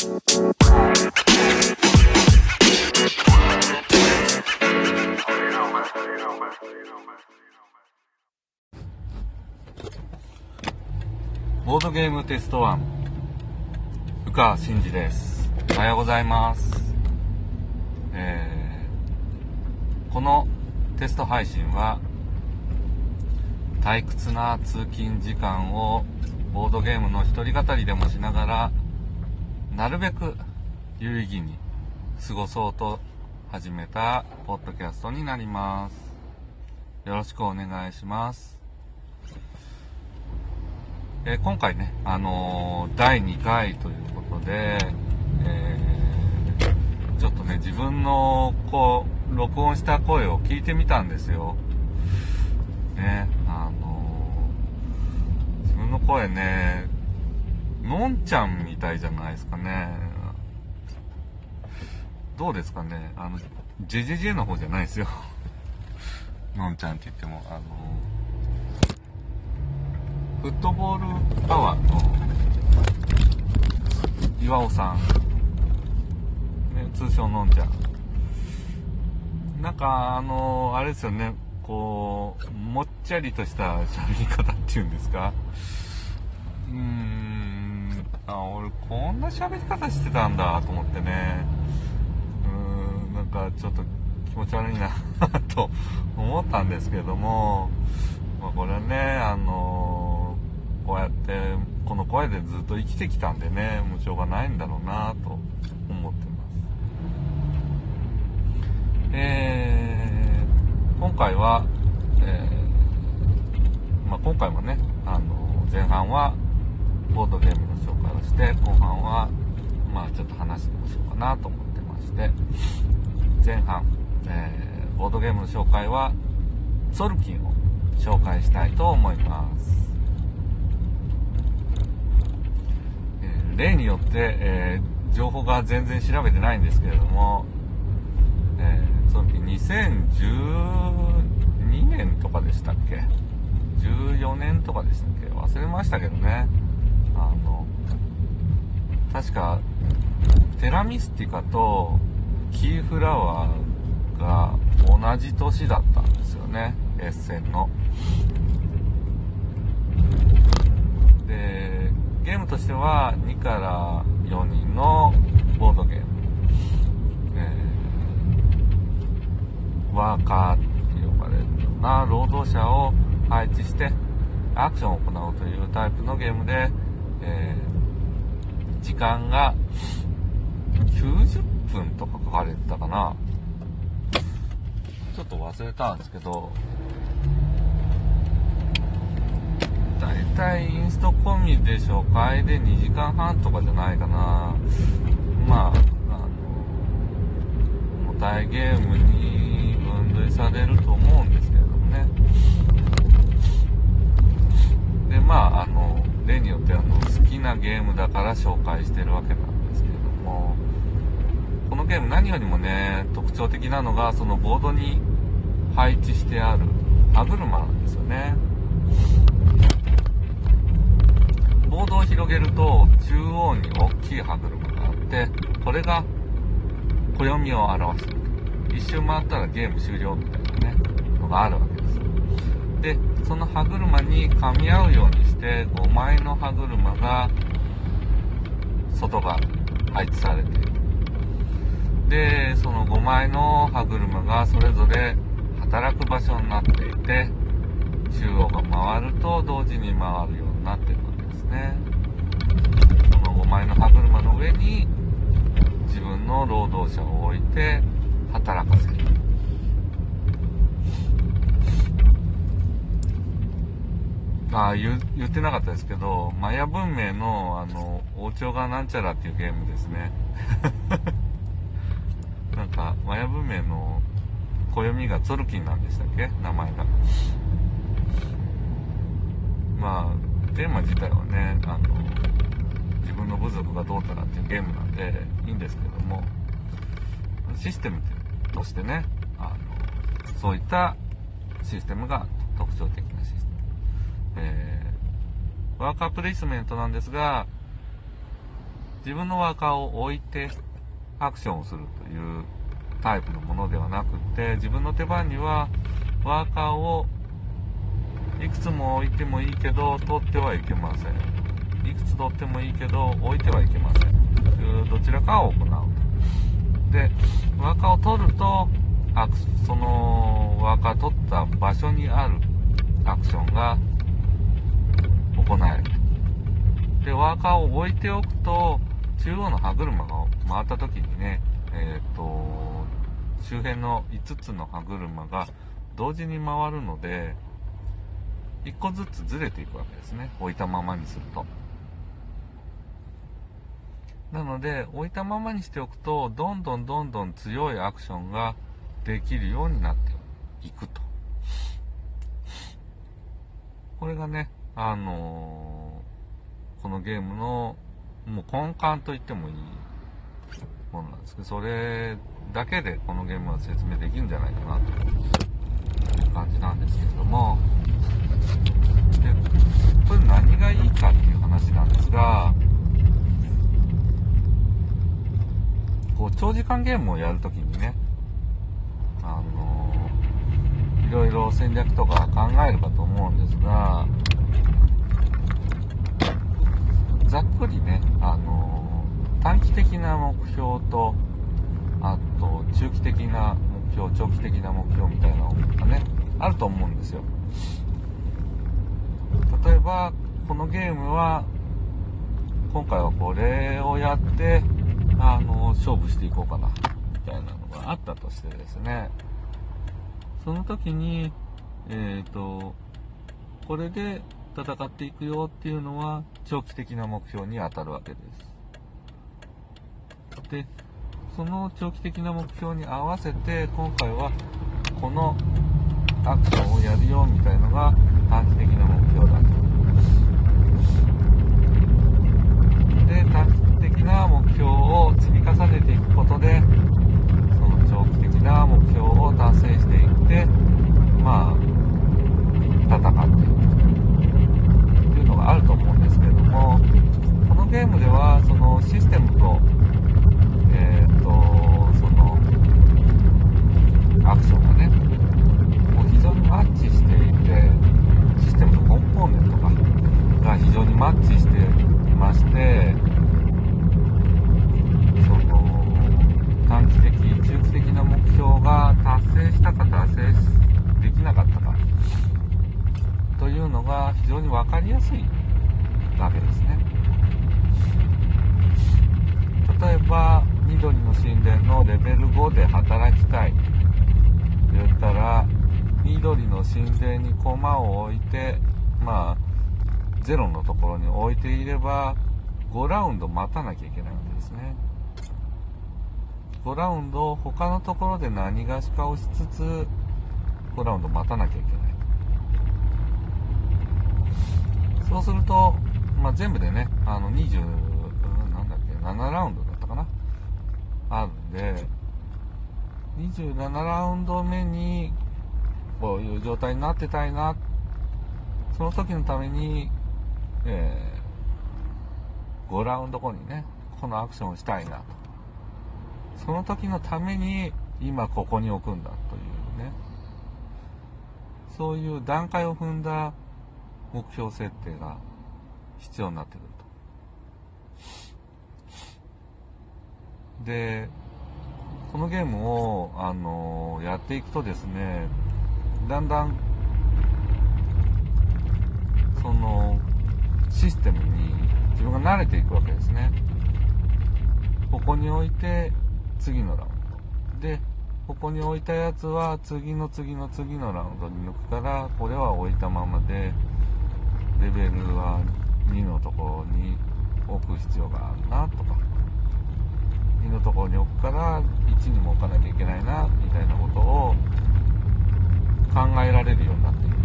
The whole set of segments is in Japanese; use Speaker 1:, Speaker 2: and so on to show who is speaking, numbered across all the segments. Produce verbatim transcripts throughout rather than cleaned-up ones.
Speaker 1: ボードゲームテストワン、宇川真司です。おはようございます。えー、このテスト配信は退屈な通勤時間をボードゲームの一人語りでもしながらなるべく有意義に過ごそうと始めたポッドキャストになります。よろしくお願いします。えー、今回ね、あのー、だいにかいということで、えー、ちょっとね、自分のこう録音した声を聞いてみたんですよ。ね、あのー、自分の声ね、のんちゃんみたいじゃないですかね。どうですかね。あの、ジェジェジェの方じゃないですよ。のんちゃんって言っても、あのー、フットボールパワーの岩尾さん、ね、通称のんちゃん。なんかあのー、あれですよね、こうもっちゃりとした喋り方っていうんですか。うーん、あ、俺こんな喋り方してたんだと思ってね。うーん、なんかちょっと気持ち悪いなと思ったんですけども、まあ、これはね、あのーこうやってこの声でずっと生きてきたんでね、もうしょうがないんだろうなと思ってます。えー、今回は、えーまあ、今回もね、あの前半はボードゲームの紹介をして、後半はまあちょっと話してもしようかなと思ってまして、前半、えー、ボードゲームの紹介はツォルキンを紹介したいと思います。例によって、えー、情報が全然調べてないんですけれども、えー、その時にせんじゅうにねんとかでしたっけ、じゅうよねんとかでしたっけ、忘れましたけどね、あの確かテラミスティカとキーフラワーが同じ年だったんですよね、エッセンの。でゲームとしてはにからよにんのボードゲーム、えー、ワーカーって呼ばれるような労働者を配置してアクションを行うというタイプのゲームで、えー、時間がきゅうじゅっぷんとか書かれてたかな、ちょっと忘れたんですけど、だいたいインスト込みで初回でにじかんはんとかじゃないかな。まあ、あの重たいゲームに分類されると思うんですけれどもね。で、まあ、あの例によってあの好きなゲームだから紹介してるわけなんですけれども、このゲーム何よりもね特徴的なのが、そのボードに配置してある歯車なんですよね。ボードを広げると中央に大きい歯車があって、これが暦を表している。一周回ったらゲーム終了みたいなねのがあるわけです。で、その歯車に噛み合うようにしてごまいの歯車が外側に配置されている。で、そのごまいの歯車がそれぞれ働く場所になっていて、中央が回ると同時に回るようになっているわけですね。そのごまいの歯車の上に自分の労働者を置いて働かせる。あ、言, 言ってなかったですけど、マヤ文明のあの王朝がなんちゃらっていうゲームですね。なんかマヤ文明の暦がツォルキンなんでしたっけ、名前が。まあテーマ自体はね、あの自分の部族がどうたらっていうゲームなんでいいんですけども、システムとしてね、あのそういったシステムが特徴的なシステム。えー、ワーカープレイスメントなんですが、 自分のワーカーを置いてアクションをするというタイプのものではなくて、自分の手番にはワーカーをいくつも置いてもいいけど取ってはいけません。いくつ取ってもいいけど置いてはいけません。どちらかを行うと。で、ワーカーを取るとアクそのワーカー取った場所にあるアクションが行える。で、ワーカーを置いておくと中央の歯車が回った時にね、えっと周辺のいつつの歯車が同時に回るのでいっこずつずれていくわけですね、置いたままにすると。なので置いたままにしておくとどんどんどんどん強いアクションができるようになっていくと。これがね、あのー、このゲームのもう根幹と言ってもいいものなんですけど、それだけでこのゲームは説明できるんじゃないかなという感じなんですけれども、でこれ何がいいかっていう話なんですが、こう長時間ゲームをやるときにね、あのー、いろいろ戦略とか考えるかと思うんですが、ざっくりね、あのー、短期的な目標と、あと中期的な目標、長期的な目標みたいなのがね、あると思うんですよ。例えばこのゲームは今回はこれをやってあの勝負していこうかなみたいなのがあったとしてですね、その時にえっとこれで戦っていくよっていうのは長期的な目標に当たるわけです。で、その長期的な目標に合わせて今回はこのアクションをやるよみたいのが短期的な目標だと。で、短期的な目標を積み重ねていくことでその長期的な目標を達成していって、まあ戦っていくというのがあると思うんですけれども、このゲームではそのシステムとえっとそのアクションがね非常にマッチしていて、システムとコンポーネントがが非常にマッチしていまして、その短期的中期的な目標が達成したか達成できなかったかというのが非常に分かりやすいわけですね。例えば緑の神殿のレベルごで働きたいと言ったら、緑の神殿に駒を置いて、まあゼロのところに置いていればごラウンド待たなきゃいけないわけですね。ごラウンド他のところで何がしかをしつつごラウンド待たなきゃいけない。そうすると、まあ、全部でねあのにじゅうなんだっけななラウンドだったかなあるんで、にじゅうななラウンド目にこういう状態になってたいな、その時のために、えー、ごラウンド後にねこのアクションをしたいなと、その時のために今ここに置くんだというね、そういう段階を踏んだ目標設定が必要になってくると。で、このゲームを、あのー、やっていくとですね、だんだんそのシステムに自分が慣れていくわけですね。ここに置いて次のラウンドで、ここに置いたやつは次の次の次のラウンドに抜くから、これは置いたままでレベルはにのところに置く必要があるなとか、にのところに置くからいちにも置かなきゃいけないなみたいなことを考えられるようになっている。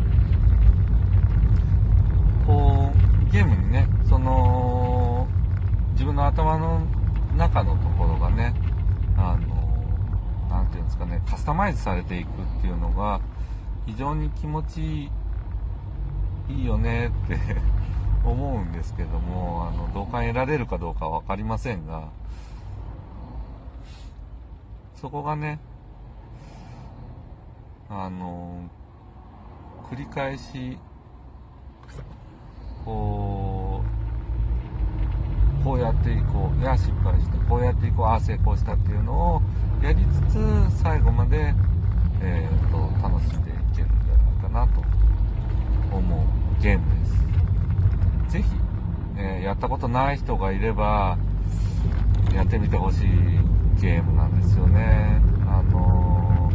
Speaker 1: こうゲームにね、その自分の頭の中のところがね、あのなんていうんですかね、カスタマイズされていくっていうのが非常に気持ちいいよねって思うんですけども、あの同感得られるかどうかは分かりませんが、そこがね、あの繰り返しこうこうやっていこう、いや失敗した、こうやっていこう、ああ成功したっていうのをやりつつ、最後まで、えー、と楽しんでいけるんじゃないかなと思うゲームです。ぜひ、えー、やったことない人がいればやってみてほしいゲームなんですよね。あの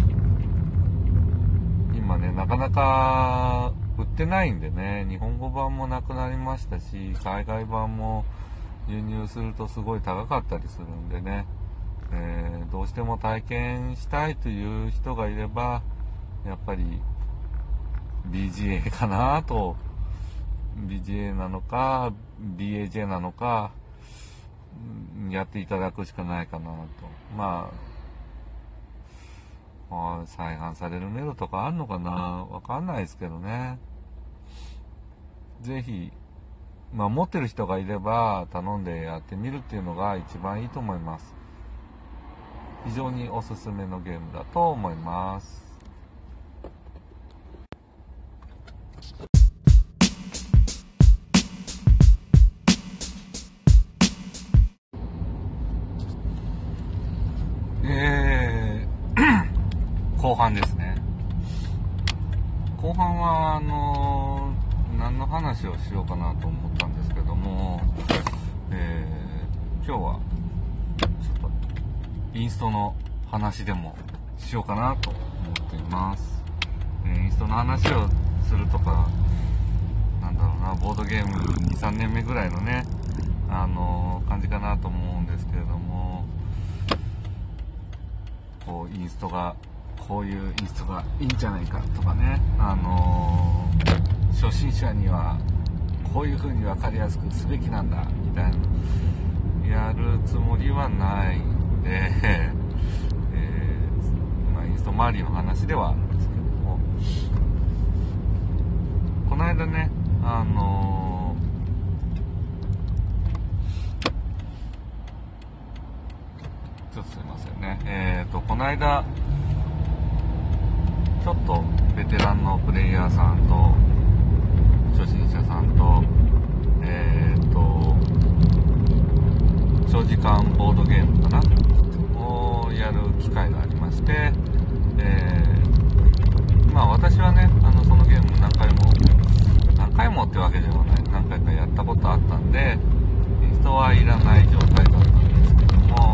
Speaker 1: ー、今ね、なかなか売ってないんでね、日本語版もなくなりましたし、海外版も輸入するとすごい高かったりするんでね、えー、どうしても体験したいという人がいればやっぱり ビージーエー かなと、 ビージーエー なのか ビーエージェー なのかやっていただくしかないかなと。まあ、まあ、再販されるメロとかあんのかな、わかんないですけどね。ぜひ、まあ、持ってる人がいれば頼んでやってみるっていうのが一番いいと思います。非常におすすめのゲームだと思います。えー、後半ですね。後半はあのー、何の話をしようかなと思ったんですけども、えー、今日はちょっとインストの話でもしようかなと思っています。えー、インストの話をするとか、なんだろうな、ボードゲームにさんねんめぐらいのね、あのー、感じかなと思うんですけれども、こうインストがこういうインストがいいんじゃないかとかね、あのー、初心者にはこういう風に分かりやすくすべきなんだみたいなやるつもりはないんで、えーまあ、インスト周りの話ではあるんですけども、この間ね、あのー、ちょっとすいませんね、えーとこの間ちょっとベテランのプレイヤーさんと初心者さんとえーと長時間ボードゲームかなをやる機会がありまして、えー、まあ私はね、あのそのゲーム何回も何回もってわけではない、何回かやったことあったんでインストはいらない状態だったんですけども、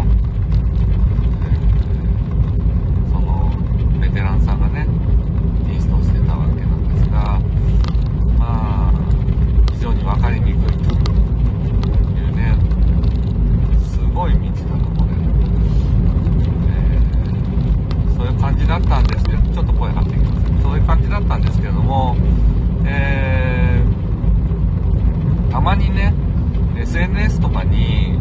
Speaker 1: そのベテランさんがねインストしてたわけなんですが、まあ非常に分かりにくいというね、すごい未知なところで、えー、そういう感じだったんですけど、ちょっと声張ってきます。そういう感じだったんですけども、えー、たまにね エスエヌエス とかに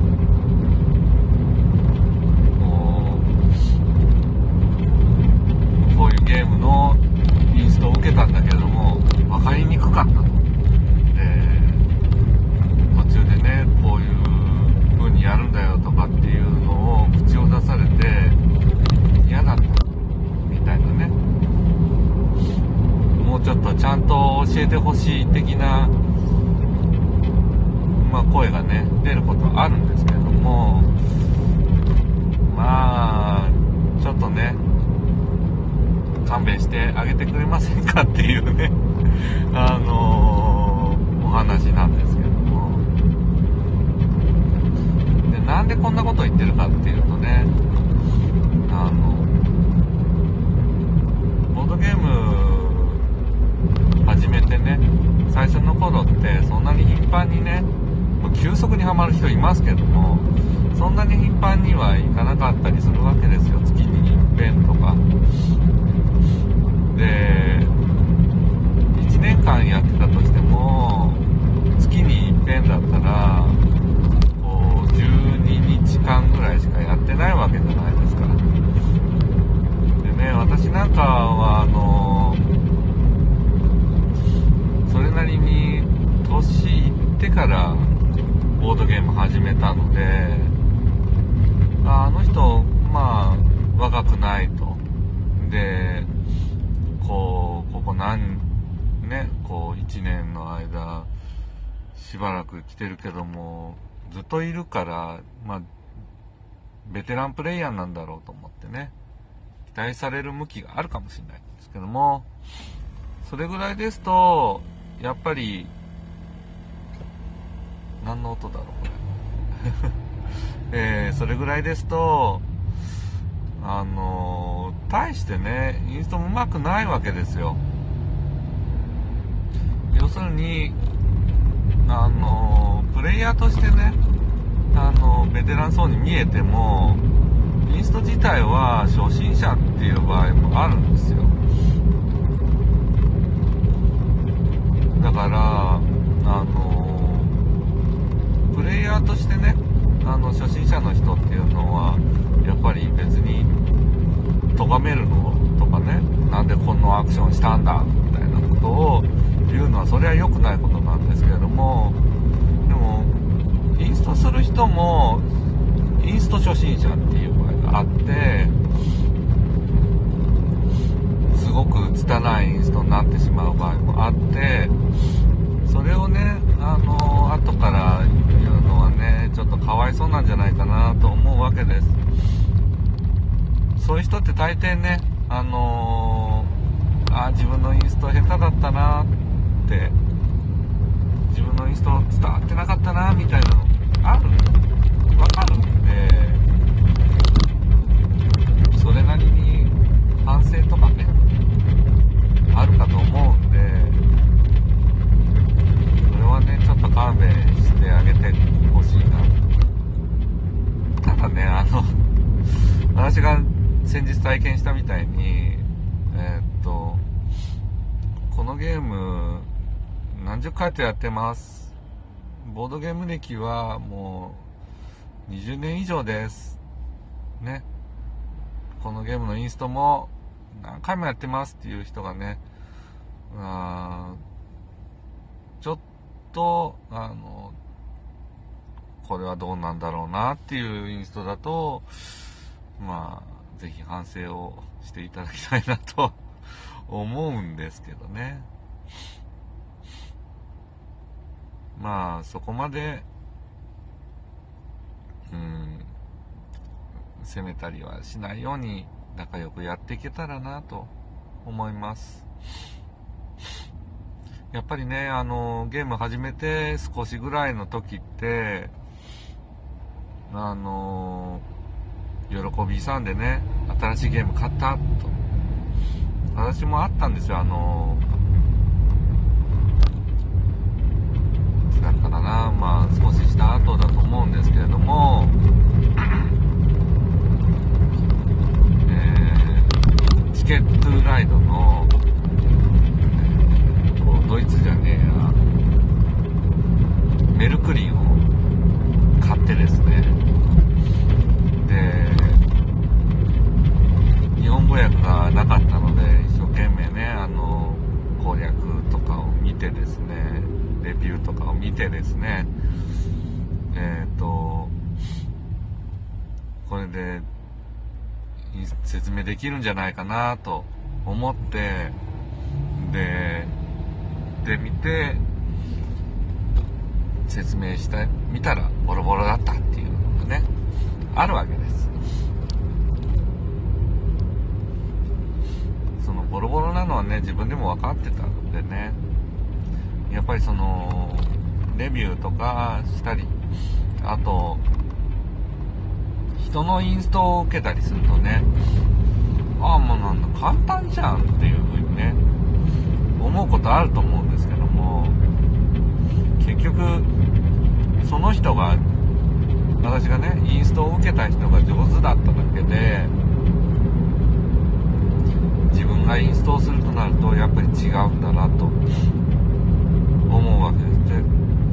Speaker 1: こういうゲームのインストを受けたんだけれども分かりにくかったと、えー、途中でねこういう風にやるんだよとかっていうのを口を出されて嫌だったみたいなね、もうちょっとちゃんと教えてほしい的な、まあ、声がね出ることはあるんですけれども、まあちょっとね勘弁してあげてくれませんかっていうねあのー、お話なんですけども、でなんでこんなこと言ってるかっていうとね、あのボードゲーム始めてね最初の頃ってそんなに頻繁にね、急速にハマる人いますけどもそんなに頻繁にはいかなかったりするわけですよ。月に一遍とかでいちねんかんやってたとしても月に一遍だったらこうじゅうににちかんぐらいしかやってないわけじゃないですか。でね、私なんかはあのそれなりに年で、あの人まあ若くないと。でこうここ何ねこういちねんの間しばらく来てるけどもずっといるから、まあベテランプレイヤーなんだろうと思ってね、期待される向きがあるかもしれないんですけども、それぐらいですとやっぱり何の音だろうこれ、えー、それぐらいですとあのー、大してねインストもうまくないわけですよ。要するにあのー、プレイヤーとしてねあのー、ベテランそうに見えてもインスト自体は初心者っていう場合もあるんですよ。だからあのー、プレイヤーとしてねあの初心者の人っていうのはやっぱり別に咎めるのとかね、なんでこのアクションしたんだみたいなことを言うのはそれは良くないことなんですけれども、でもインストする人もインスト初心者っていう場合があって、すごく拙いインストになってしまう場合もあって、それをねあの後から言うのはねちょっとかわいそうなんじゃないかなと思うわけです。そういう人って大抵ねあのー、あ自分のインスト下手だったなって自分のインスト伝わってなかったなみたいなのあるわかるんで、それなりに反省とかねあるかと思うんで、それはねちょっと勘弁してあげてほしいな。ただねあの私が先日体験したみたいにえー、っとこのゲーム何十回とやってます。ボードゲーム歴はもうにじゅうねん以上ですね。このゲームのインストも何回もやってますっていう人がねあちょっとあのこれはどうなんだろうなっていうインストだとまあぜひ反省をしていただきたいなと思うんですけどね。まあそこまでうん責めたりはしないように仲良くやっていけたらなと思います。やっぱりねあのゲーム始めて少しぐらいの時ってあの喜びさんでね新しいゲーム買ったと私もあったんですよ。あのいつだったかな、まあ少しした後だと思うんですけれども、えー、チケットライドの、えー、ドイツじゃねえやメルクリンを買ってですね、で日本語訳がなかったので一生懸命ねあの攻略とかを見てですねレビューとかを見てですねえっとこれで説明できるんじゃないかなと思ってでで見て説明してみたらボロボロだったっていうのがねあるわけです。そのボロボロなのはね自分でも分かってたのでね、やっぱりそのレビューとかしたりあと人のインストを受けたりするとねああもうなんだ簡単じゃんっていう風にね思うことあると思うんですけども、結局その人が私がねインストを受けた人が上手だっただけで自分がインストをするとなるとやっぱり違うんだなと思うわけですね。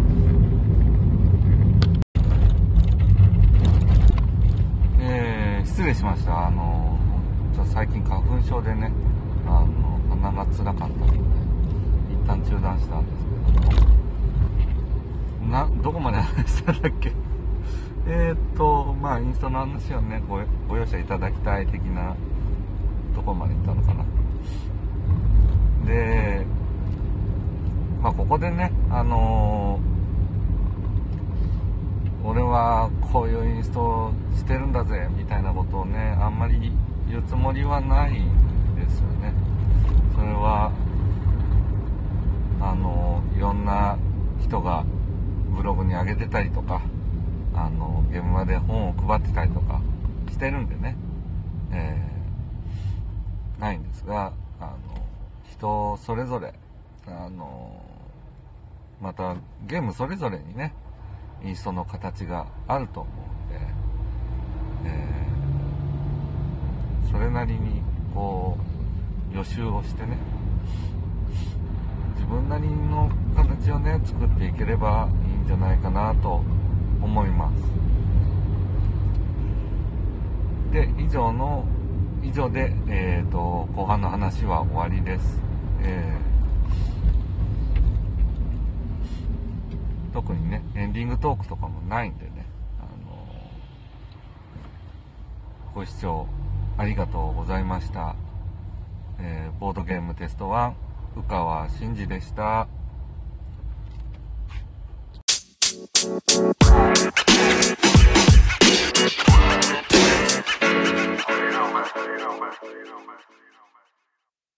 Speaker 1: えー、失礼しました。あのちょっと最近花粉症でねあの鼻がつらかったので一旦中断したんですけどもなどこまで話したんだっけえーっとまあインストの話をね ご, ご容赦いただきたい的なところまでいったのかな。でまあここでねあのー、俺はこういうインストしてるんだぜみたいなことをねあんまり言うつもりはないんですよね。それはあのー、いろんな人がブログに上げてたりとかあの現場で本を配ってたりとかしてるんでね、えー、ないんですがあの人それぞれあのまたゲームそれぞれにねインストの形があると思うんで、えー、それなりにこう予習をしてね自分なりの形をね作っていければいいんじゃないかなと思います。で以上の以上で、えーと、後半の話は終わりです。えー、特にねエンディングトークとかもないんでね、あのー、ご視聴ありがとうございました。えー、ボードゲームテストワン宇川真嗣でした。